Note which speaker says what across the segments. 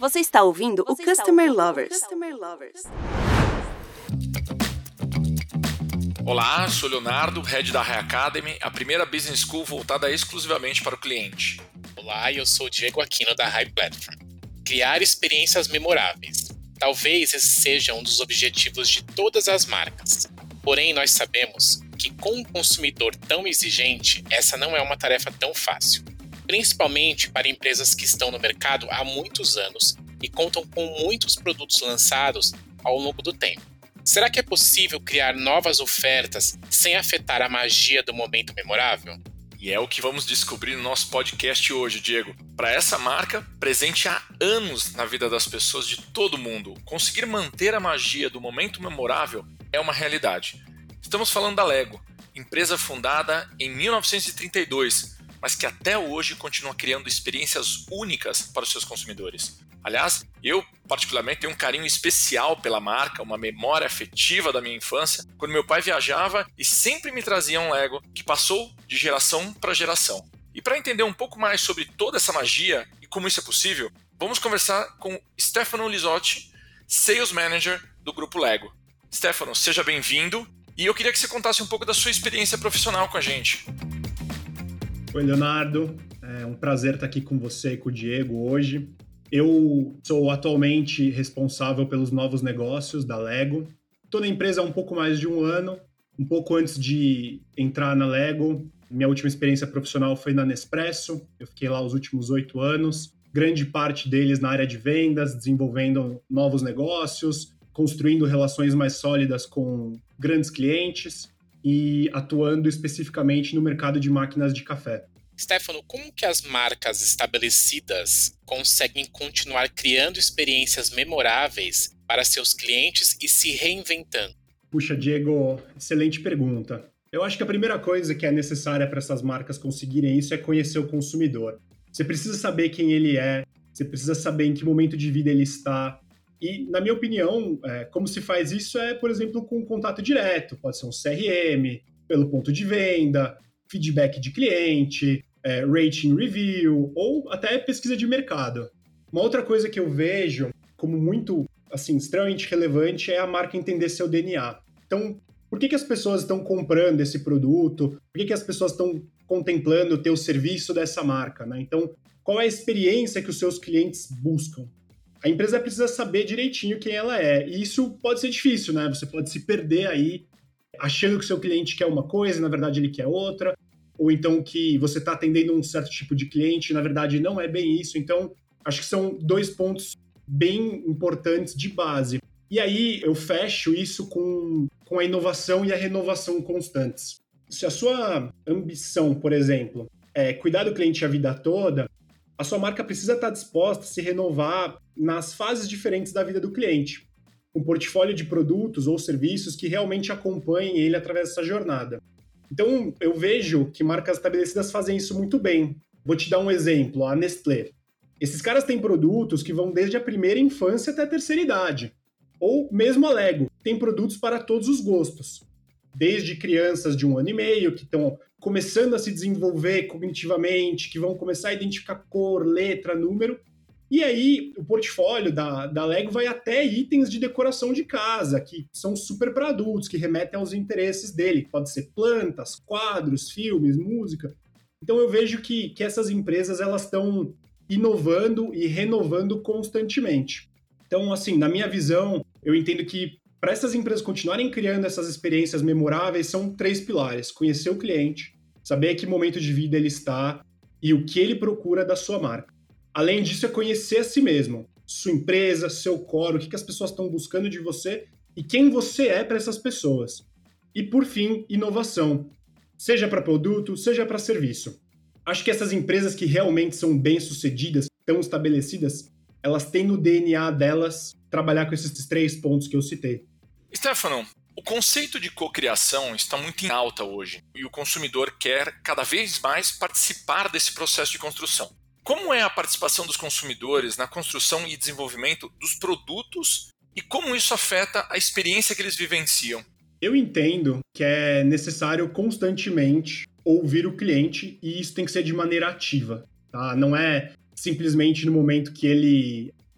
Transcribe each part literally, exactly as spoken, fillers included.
Speaker 1: Você está ouvindo Você o Customer ouvindo Lovers. Customer Lovers.
Speaker 2: Olá, sou Leonardo, Head da High Academy, a primeira business school voltada exclusivamente para o cliente.
Speaker 3: Olá, eu sou o Diego Aquino da High Platform. Criar experiências memoráveis. Talvez esse seja um dos objetivos de todas as marcas. Porém, nós sabemos que com um consumidor tão exigente, essa não é uma tarefa tão fácil. Principalmente para empresas que estão no mercado há muitos anos e contam com muitos produtos lançados ao longo do tempo. Será que é possível criar novas ofertas sem afetar a magia do momento memorável?
Speaker 2: E é o que vamos descobrir no nosso podcast hoje, Diego. Para essa marca, presente há anos na vida das pessoas de todo mundo, conseguir manter a magia do momento memorável é uma realidade. Estamos falando da Lego, empresa fundada em mil novecentos e trinta e dois, mas que até hoje continua criando experiências únicas para os seus consumidores. Aliás, eu particularmente tenho um carinho especial pela marca, uma memória afetiva da minha infância, quando meu pai viajava e sempre me trazia um Lego que passou de geração para geração. E para entender um pouco mais sobre toda essa magia e como isso é possível, vamos conversar com Stefano Lisotti, Sales Manager do Grupo Lego. Stefano, seja bem-vindo e eu queria que você contasse um pouco da sua experiência profissional com a gente.
Speaker 4: Oi, Leonardo. É um prazer estar aqui com você e com o Diego hoje. Eu sou atualmente responsável pelos novos negócios da Lego. Estou na empresa há um pouco mais de um ano, um pouco antes de entrar na Lego. Minha última experiência profissional foi na Nespresso. Eu fiquei lá os últimos oito anos. Grande parte deles na área de vendas, desenvolvendo novos negócios, construindo relações mais sólidas com grandes clientes e atuando especificamente no mercado de máquinas de café.
Speaker 3: Stefano, como que as marcas estabelecidas conseguem continuar criando experiências memoráveis para seus clientes e se reinventando?
Speaker 4: Puxa, Diego, excelente pergunta. Eu acho que a primeira coisa que é necessária para essas marcas conseguirem isso é conhecer o consumidor. Você precisa saber quem ele é, você precisa saber em que momento de vida ele está. E, na minha opinião, é, como se faz isso é, por exemplo, com contato direto. Pode ser um C R M, pelo ponto de venda, feedback de cliente, é, rating review ou até pesquisa de mercado. Uma outra coisa que eu vejo como muito, assim, extremamente relevante é a marca entender seu D N A. Então, por que que as pessoas estão comprando esse produto? Por que que as pessoas estão contemplando ter o serviço dessa marca, né? Então, qual é a experiência que os seus clientes buscam? A empresa precisa saber direitinho quem ela é. E isso pode ser difícil, né? Você pode se perder aí achando que o seu cliente quer uma coisa, na verdade ele quer outra. Ou então que você está atendendo um certo tipo de cliente, na verdade não é bem isso. Então, acho que são dois pontos bem importantes de base. E aí eu fecho isso com, com a inovação e a renovação constantes. Se a sua ambição, por exemplo, é cuidar do cliente a vida toda, a sua marca precisa estar disposta a se renovar nas fases diferentes da vida do cliente, um portfólio de produtos ou serviços que realmente acompanhem ele através dessa jornada. Então, eu vejo que marcas estabelecidas fazem isso muito bem. Vou te dar um exemplo, a Nestlé. Esses caras têm produtos que vão desde a primeira infância até a terceira idade. Ou mesmo a Lego, tem produtos para todos os gostos. Desde crianças de um ano e meio, que estão começando a se desenvolver cognitivamente, que vão começar a identificar cor, letra, número. E aí, o portfólio da, da Lego vai até itens de decoração de casa, que são super para adultos, que remetem aos interesses dele. Pode ser plantas, quadros, filmes, música. Então, eu vejo que, que essas empresas elas estão inovando e renovando constantemente. Então, assim, na minha visão, eu entendo que para essas empresas continuarem criando essas experiências memoráveis, são três pilares. Conhecer o cliente, saber que momento de vida ele está e o que ele procura da sua marca. Além disso, é conhecer a si mesmo, sua empresa, seu core, o que, que as pessoas estão buscando de você e quem você é para essas pessoas. E, por fim, inovação, seja para produto, seja para serviço. Acho que essas empresas que realmente são bem-sucedidas, estão estabelecidas, elas têm no D N A delas trabalhar com esses três pontos que eu citei.
Speaker 2: Stefano, o conceito de cocriação está muito em alta hoje e o consumidor quer cada vez mais participar desse processo de construção. Como é a participação dos consumidores na construção e desenvolvimento dos produtos e como isso afeta a experiência que eles vivenciam?
Speaker 4: Eu entendo que é necessário constantemente ouvir o cliente e isso tem que ser de maneira ativa, tá? Não é simplesmente no momento que ele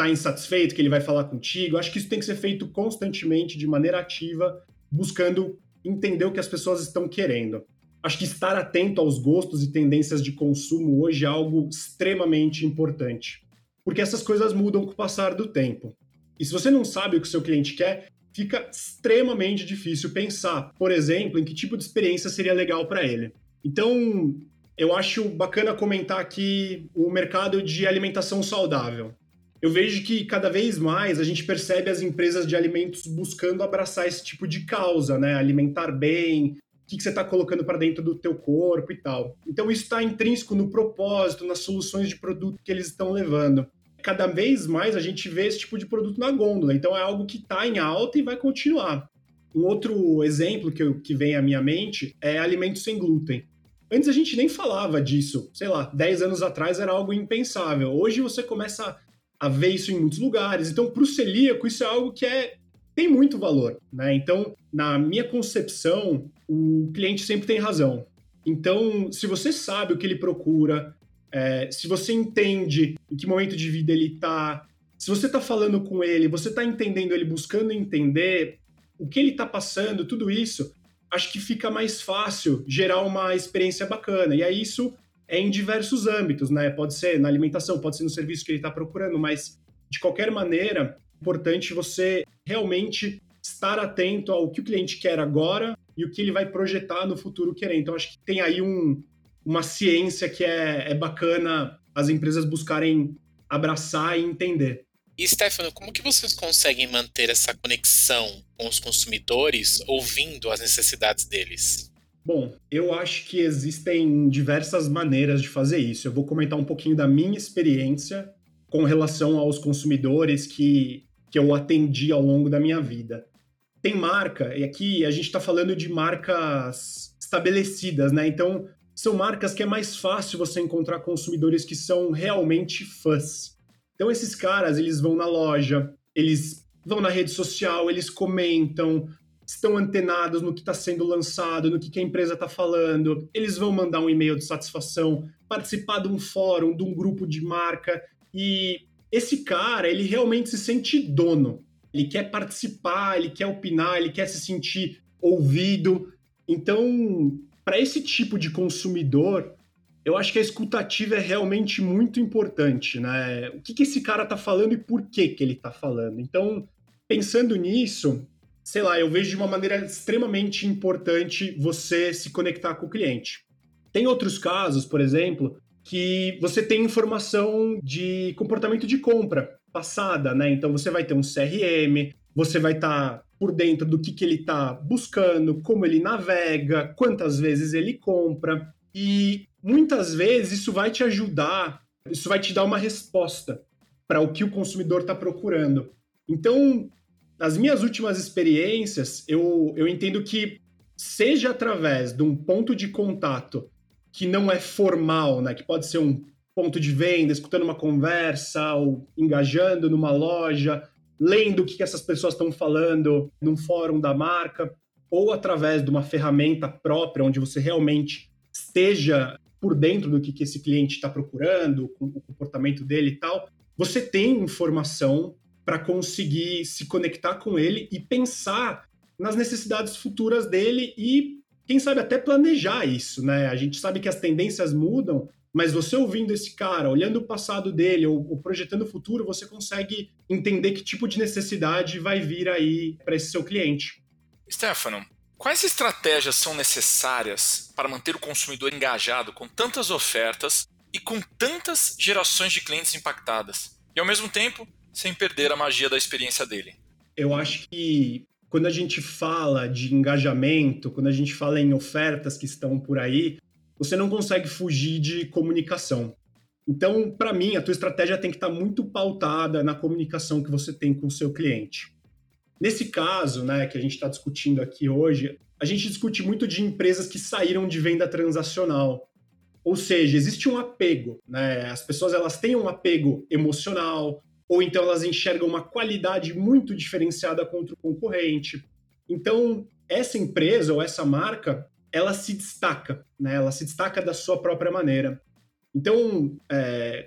Speaker 4: está insatisfeito, que ele vai falar contigo. Acho que isso tem que ser feito constantemente, de maneira ativa, buscando entender o que as pessoas estão querendo. Acho que estar atento aos gostos e tendências de consumo hoje é algo extremamente importante, porque essas coisas mudam com o passar do tempo. E se você não sabe o que o seu cliente quer, fica extremamente difícil pensar, por exemplo, em que tipo de experiência seria legal para ele. Então, eu acho bacana comentar aqui o mercado de alimentação saudável. Eu vejo que cada vez mais a gente percebe as empresas de alimentos buscando abraçar esse tipo de causa, né? Alimentar bem, o que você está colocando para dentro do teu corpo e tal. Então isso está intrínseco no propósito, nas soluções de produto que eles estão levando. Cada vez mais a gente vê esse tipo de produto na gôndola, então é algo que está em alta e vai continuar. Um outro exemplo que, eu, que vem à minha mente é alimentos sem glúten. Antes a gente nem falava disso, sei lá, dez anos atrás era algo impensável. Hoje você começa a ver isso em muitos lugares. Então, para o celíaco, isso é algo que é, tem muito valor, né? Então, na minha concepção, o cliente sempre tem razão. Então, se você sabe o que ele procura, é, se você entende em que momento de vida ele está, se você está falando com ele, você está entendendo ele, buscando entender o que ele está passando, tudo isso, acho que fica mais fácil gerar uma experiência bacana. E aí isso é em diversos âmbitos, né? Pode ser na alimentação, pode ser no serviço que ele está procurando, mas de qualquer maneira, é importante você realmente estar atento ao que o cliente quer agora e o que ele vai projetar no futuro querer. Então, acho que tem aí um, uma ciência que é, é bacana as empresas buscarem abraçar e entender.
Speaker 3: E, Stefano, como que vocês conseguem manter essa conexão com os consumidores, ouvindo as necessidades deles?
Speaker 4: Bom, eu acho que existem diversas maneiras de fazer isso. Eu vou comentar um pouquinho da minha experiência com relação aos consumidores que, que eu atendi ao longo da minha vida. Tem marca, e aqui a gente está falando de marcas estabelecidas, né? Então, são marcas que é mais fácil você encontrar consumidores que são realmente fãs. Então, esses caras, eles vão na loja, eles vão na rede social, eles comentam, estão antenados no que está sendo lançado, no que, que a empresa está falando, eles vão mandar um e-mail de satisfação, participar de um fórum, de um grupo de marca, e esse cara, ele realmente se sente dono, ele quer participar, ele quer opinar, ele quer se sentir ouvido. Então, para esse tipo de consumidor, eu acho que a escutativa é realmente muito importante, né? O que, que esse cara está falando e por que, que ele está falando. Então, pensando nisso, sei lá, eu vejo de uma maneira extremamente importante você se conectar com o cliente. Tem outros casos, por exemplo, que você tem informação de comportamento de compra passada, né? Então você vai ter um C R M, você vai estar tá por dentro do que, que ele está buscando, como ele navega, quantas vezes ele compra. E muitas vezes isso vai te ajudar, isso vai te dar uma resposta para o que o consumidor está procurando. Então, nas minhas últimas experiências, eu, eu entendo que seja através de um ponto de contato que não é formal, né? Que pode ser um ponto de venda, escutando uma conversa, ou engajando numa loja, lendo o que essas pessoas estão falando num fórum da marca, ou através de uma ferramenta própria, onde você realmente esteja por dentro do que esse cliente está procurando, com o comportamento dele e tal, você tem informação para conseguir se conectar com ele e pensar nas necessidades futuras dele e, quem sabe, até planejar isso, né? A gente sabe que as tendências mudam, mas você ouvindo esse cara, olhando o passado dele ou, ou projetando o futuro, você consegue entender que tipo de necessidade vai vir aí para esse seu cliente.
Speaker 2: Stefano, quais estratégias são necessárias para manter o consumidor engajado com tantas ofertas e com tantas gerações de clientes impactadas? E, ao mesmo tempo, sem perder a magia da experiência dele.
Speaker 4: Eu acho que quando a gente fala de engajamento, quando a gente fala em ofertas que estão por aí, você não consegue fugir de comunicação. Então, para mim, a tua estratégia tem que estar muito pautada na comunicação que você tem com o seu cliente. Nesse caso, né, que a gente está discutindo aqui hoje, a gente discute muito de empresas que saíram de venda transacional. Ou seja, existe um apego, né? As pessoas elas têm um apego emocional, ou então elas enxergam uma qualidade muito diferenciada contra o concorrente. Então, essa empresa ou essa marca, ela se destaca, né? Ela se destaca da sua própria maneira. Então, é,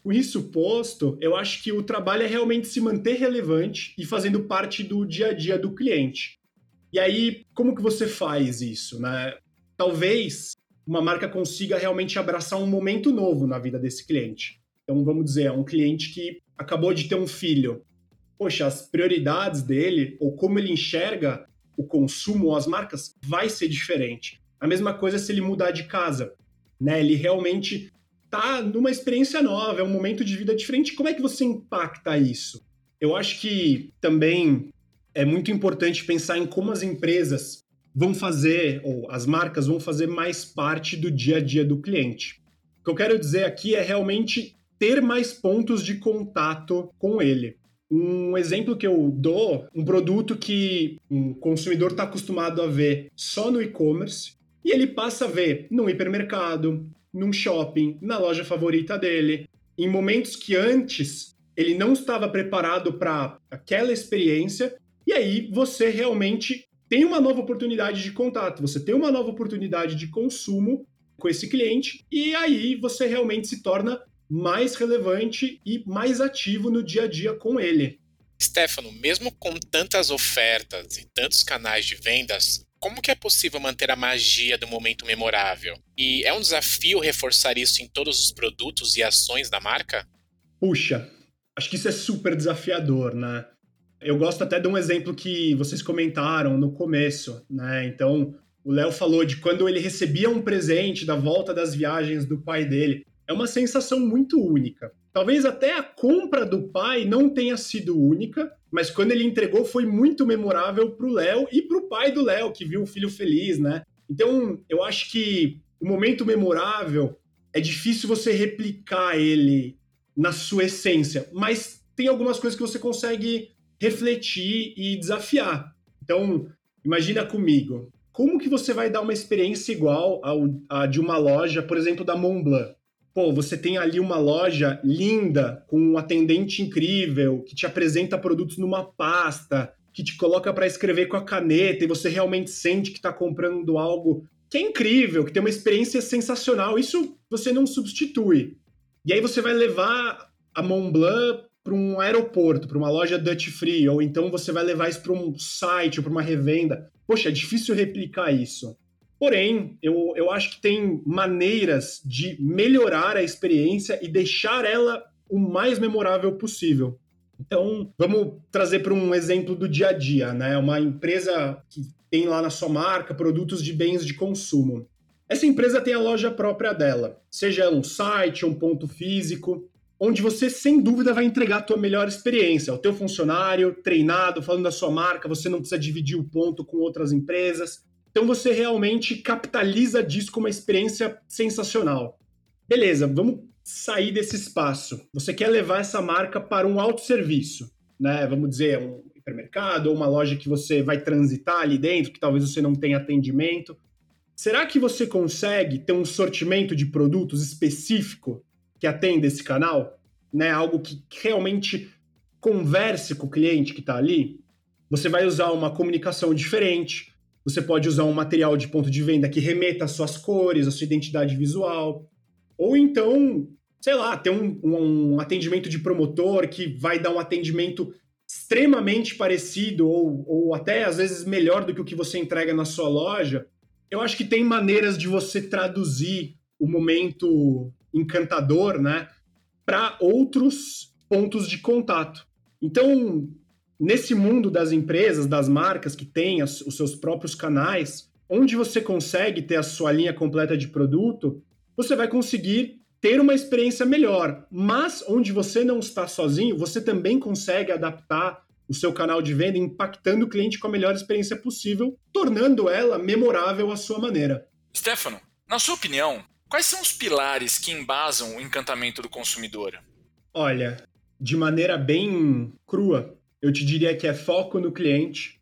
Speaker 4: Com isso posto, eu acho que o trabalho é realmente se manter relevante e fazendo parte do dia a dia do cliente. E aí, como que você faz isso, né? Talvez uma marca consiga realmente abraçar um momento novo na vida desse cliente. Então, vamos dizer, é um cliente que acabou de ter um filho. Poxa, as prioridades dele, ou como ele enxerga o consumo ou as marcas, vai ser diferente. A mesma coisa se ele mudar de casa, né? Ele realmente tá numa experiência nova, é um momento de vida diferente. Como é que você impacta isso? Eu acho que também é muito importante pensar em como as empresas vão fazer, ou as marcas vão fazer mais parte do dia a dia do cliente. O que eu quero dizer aqui é realmente ter mais pontos de contato com ele. Um exemplo que eu dou, um produto que um consumidor está acostumado a ver só no e-commerce, e ele passa a ver num hipermercado, num shopping, na loja favorita dele, em momentos que antes ele não estava preparado para aquela experiência, e aí você realmente tem uma nova oportunidade de contato, você tem uma nova oportunidade de consumo com esse cliente, e aí você realmente se torna mais relevante e mais ativo no dia a dia com ele.
Speaker 3: Stefano, mesmo com tantas ofertas e tantos canais de vendas, como que é possível manter a magia do momento memorável? E é um desafio reforçar isso em todos os produtos e ações da marca?
Speaker 4: Puxa, acho que isso é super desafiador, né? Eu gosto até de um exemplo que vocês comentaram no começo, né? Então, o Léo falou de quando ele recebia um presente da volta das viagens do pai dele. É uma sensação muito única. Talvez até a compra do pai não tenha sido única, mas quando ele entregou foi muito memorável para o Léo e para o pai do Léo, que viu o filho feliz, né? Então, eu acho que o momento memorável é difícil você replicar ele na sua essência, mas tem algumas coisas que você consegue refletir e desafiar. Então, imagina comigo, como que você vai dar uma experiência igual à de uma loja, por exemplo, da Montblanc? Pô, você tem ali uma loja linda, com um atendente incrível, que te apresenta produtos numa pasta, que te coloca para escrever com a caneta e você realmente sente que está comprando algo que é incrível, que tem uma experiência sensacional. Isso você não substitui. E aí você vai levar a Montblanc para um aeroporto, para uma loja duty free, ou então você vai levar isso para um site ou para uma revenda. Poxa, é difícil replicar isso. Porém, eu, eu acho que tem maneiras de melhorar a experiência e deixar ela o mais memorável possível. Então, vamos trazer para um exemplo do dia a dia, né? Uma empresa que tem lá na sua marca produtos de bens de consumo. Essa empresa tem a loja própria dela, seja um site, um ponto físico, onde você, sem dúvida, vai entregar a tua melhor experiência. O teu funcionário treinado, falando da sua marca, você não precisa dividir o ponto com outras empresas. Então você realmente capitaliza disso com uma experiência sensacional. Beleza, vamos sair desse espaço. Você quer levar essa marca para um autosserviço, né? Vamos dizer, um hipermercado ou uma loja que você vai transitar ali dentro, que talvez você não tenha atendimento. Será que você consegue ter um sortimento de produtos específico que atenda esse canal? Né? Algo que realmente converse com o cliente que está ali? Você vai usar uma comunicação diferente. Você pode usar um material de ponto de venda que remeta às suas cores, à sua identidade visual. Ou então, sei lá, ter um, um atendimento de promotor que vai dar um atendimento extremamente parecido ou, ou até, às vezes, melhor do que o que você entrega na sua loja. Eu acho que tem maneiras de você traduzir o momento encantador, né, para outros pontos de contato. Então, nesse mundo das empresas, das marcas que têm as, os seus próprios canais, onde você consegue ter a sua linha completa de produto, você vai conseguir ter uma experiência melhor. Mas onde você não está sozinho, você também consegue adaptar o seu canal de venda, impactando o cliente com a melhor experiência possível, tornando ela memorável à sua maneira.
Speaker 2: Stefano, na sua opinião, quais são os pilares que embasam o encantamento do consumidor?
Speaker 4: Olha, de maneira bem crua, eu te diria que é foco no cliente,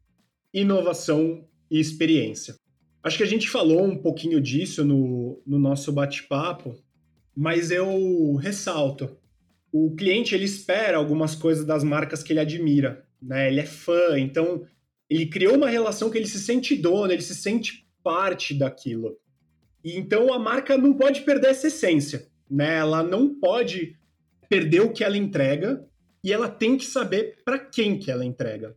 Speaker 4: inovação e experiência. Acho que a gente falou um pouquinho disso no, no nosso bate-papo, mas eu ressalto. O cliente, ele espera algumas coisas das marcas que ele admira, né? Ele é fã, então ele criou uma relação que ele se sente dono, ele se sente parte daquilo. E então a marca não pode perder essa essência, né? Ela não pode perder o que ela entrega e ela tem que saber para quem que ela entrega.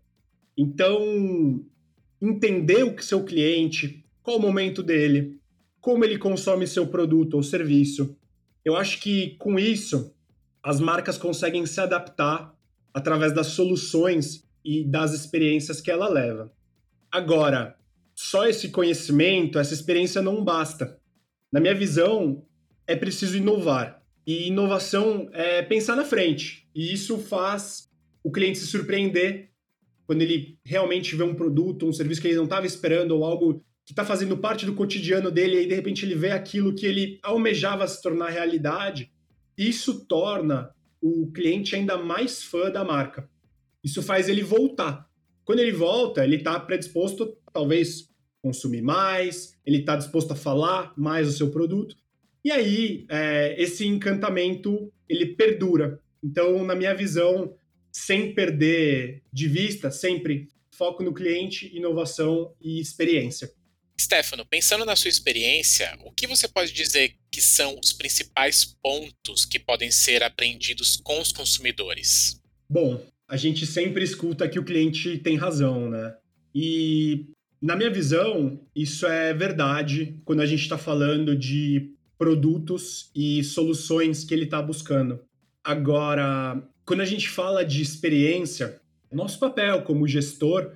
Speaker 4: Então, entender o seu cliente, qual o momento dele, como ele consome seu produto ou serviço. Eu acho que, com isso, as marcas conseguem se adaptar através das soluções e das experiências que ela leva. Agora, só esse conhecimento, essa experiência não basta. Na minha visão, é preciso inovar. E inovação é pensar na frente. E isso faz o cliente se surpreender quando ele realmente vê um produto, um serviço que ele não estava esperando ou algo que está fazendo parte do cotidiano dele e aí, de repente, ele vê aquilo que ele almejava se tornar realidade. Isso torna o cliente ainda mais fã da marca. Isso faz ele voltar. Quando ele volta, ele está predisposto, talvez, consumir mais, ele está disposto a falar mais do seu produto. E aí, é, esse encantamento, ele perdura. Então, na minha visão, sem perder de vista, sempre foco no cliente, inovação e experiência.
Speaker 3: Stefano, pensando na sua experiência, o que você pode dizer que são os principais pontos que podem ser aprendidos com os consumidores?
Speaker 4: Bom, a gente sempre escuta que o cliente tem razão, né? E, na minha visão, isso é verdade quando a gente está falando de produtos e soluções que ele está buscando. Agora, quando a gente fala de experiência, nosso papel como gestor,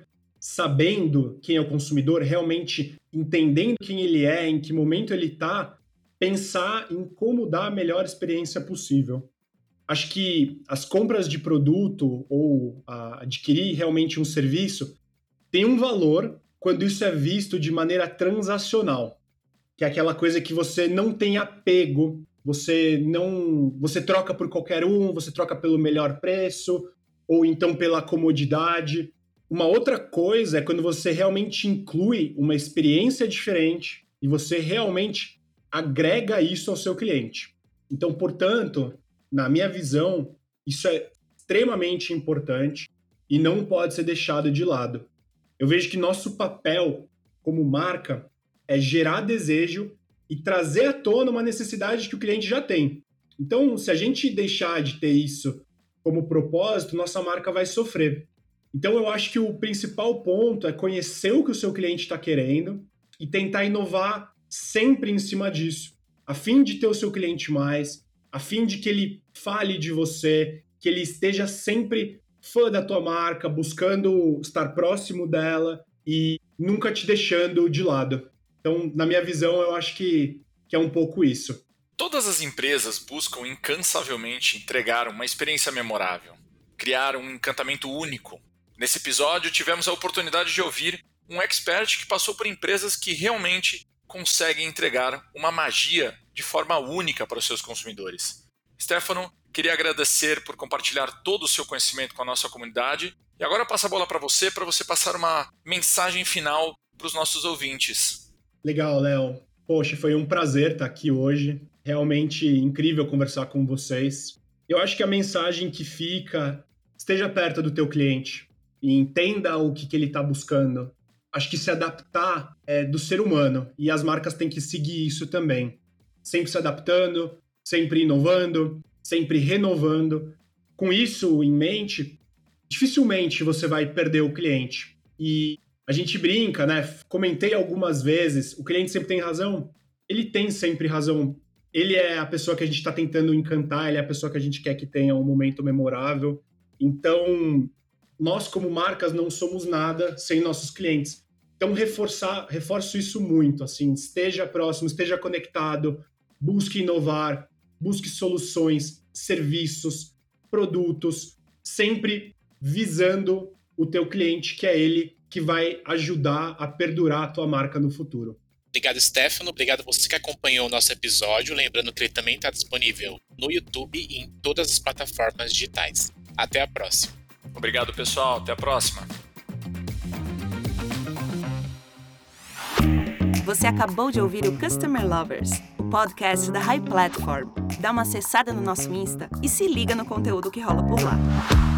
Speaker 4: sabendo quem é o consumidor, realmente entendendo quem ele é, em que momento ele está, pensar em como dar a melhor experiência possível. Acho que as compras de produto ou a adquirir realmente um serviço tem um valor quando isso é visto de maneira transacional, que é aquela coisa que você não tem apego, você não, você troca por qualquer um, você troca pelo melhor preço ou então pela comodidade. Uma outra coisa é quando você realmente inclui uma experiência diferente e você realmente agrega isso ao seu cliente. Então, portanto, na minha visão, isso é extremamente importante e não pode ser deixado de lado. Eu vejo que nosso papel como marca é gerar desejo e trazer à tona uma necessidade que o cliente já tem. Então, se a gente deixar de ter isso como propósito, nossa marca vai sofrer. Então, eu acho que o principal ponto é conhecer o que o seu cliente está querendo e tentar inovar sempre em cima disso, a fim de ter o seu cliente mais, a fim de que ele fale de você, que ele esteja sempre fã da tua marca, buscando estar próximo dela e nunca te deixando de lado. Então, na minha visão, eu acho que, que é um pouco isso.
Speaker 2: Todas as empresas buscam incansavelmente entregar uma experiência memorável, criar um encantamento único. Nesse episódio, tivemos a oportunidade de ouvir um expert que passou por empresas que realmente conseguem entregar uma magia de forma única para os seus consumidores. Stefano, queria agradecer por compartilhar todo o seu conhecimento com a nossa comunidade e agora eu passo a bola para você, para você passar uma mensagem final para os nossos ouvintes.
Speaker 4: Legal, Léo. Poxa, foi um prazer estar aqui hoje. Realmente incrível conversar com vocês. Eu acho que a mensagem que fica, esteja perto do teu cliente e entenda o que, que ele está buscando. Acho que se adaptar é do ser humano e as marcas têm que seguir isso também. Sempre se adaptando, sempre inovando, sempre renovando. Com isso em mente, dificilmente você vai perder o cliente. E a gente brinca, né? Comentei algumas vezes, o cliente sempre tem razão. Ele tem sempre razão. Ele é a pessoa que a gente está tentando encantar, ele é a pessoa que a gente quer que tenha um momento memorável. Então, nós como marcas não somos nada sem nossos clientes. Então, reforçar, reforço isso muito, assim, esteja próximo, esteja conectado, busque inovar, busque soluções, serviços, produtos, sempre visando o teu cliente, que é ele que vai ajudar a perdurar a tua marca no futuro.
Speaker 3: Obrigado, Stefano. Obrigado a você que acompanhou o nosso episódio. Lembrando que ele também está disponível no YouTube e em todas as plataformas digitais. Até a próxima.
Speaker 2: Obrigado, pessoal. Até a próxima.
Speaker 1: Você acabou de ouvir o Customer Lovers, o podcast da High Platform. Dá uma acessada no nosso Insta e se liga no conteúdo que rola por lá.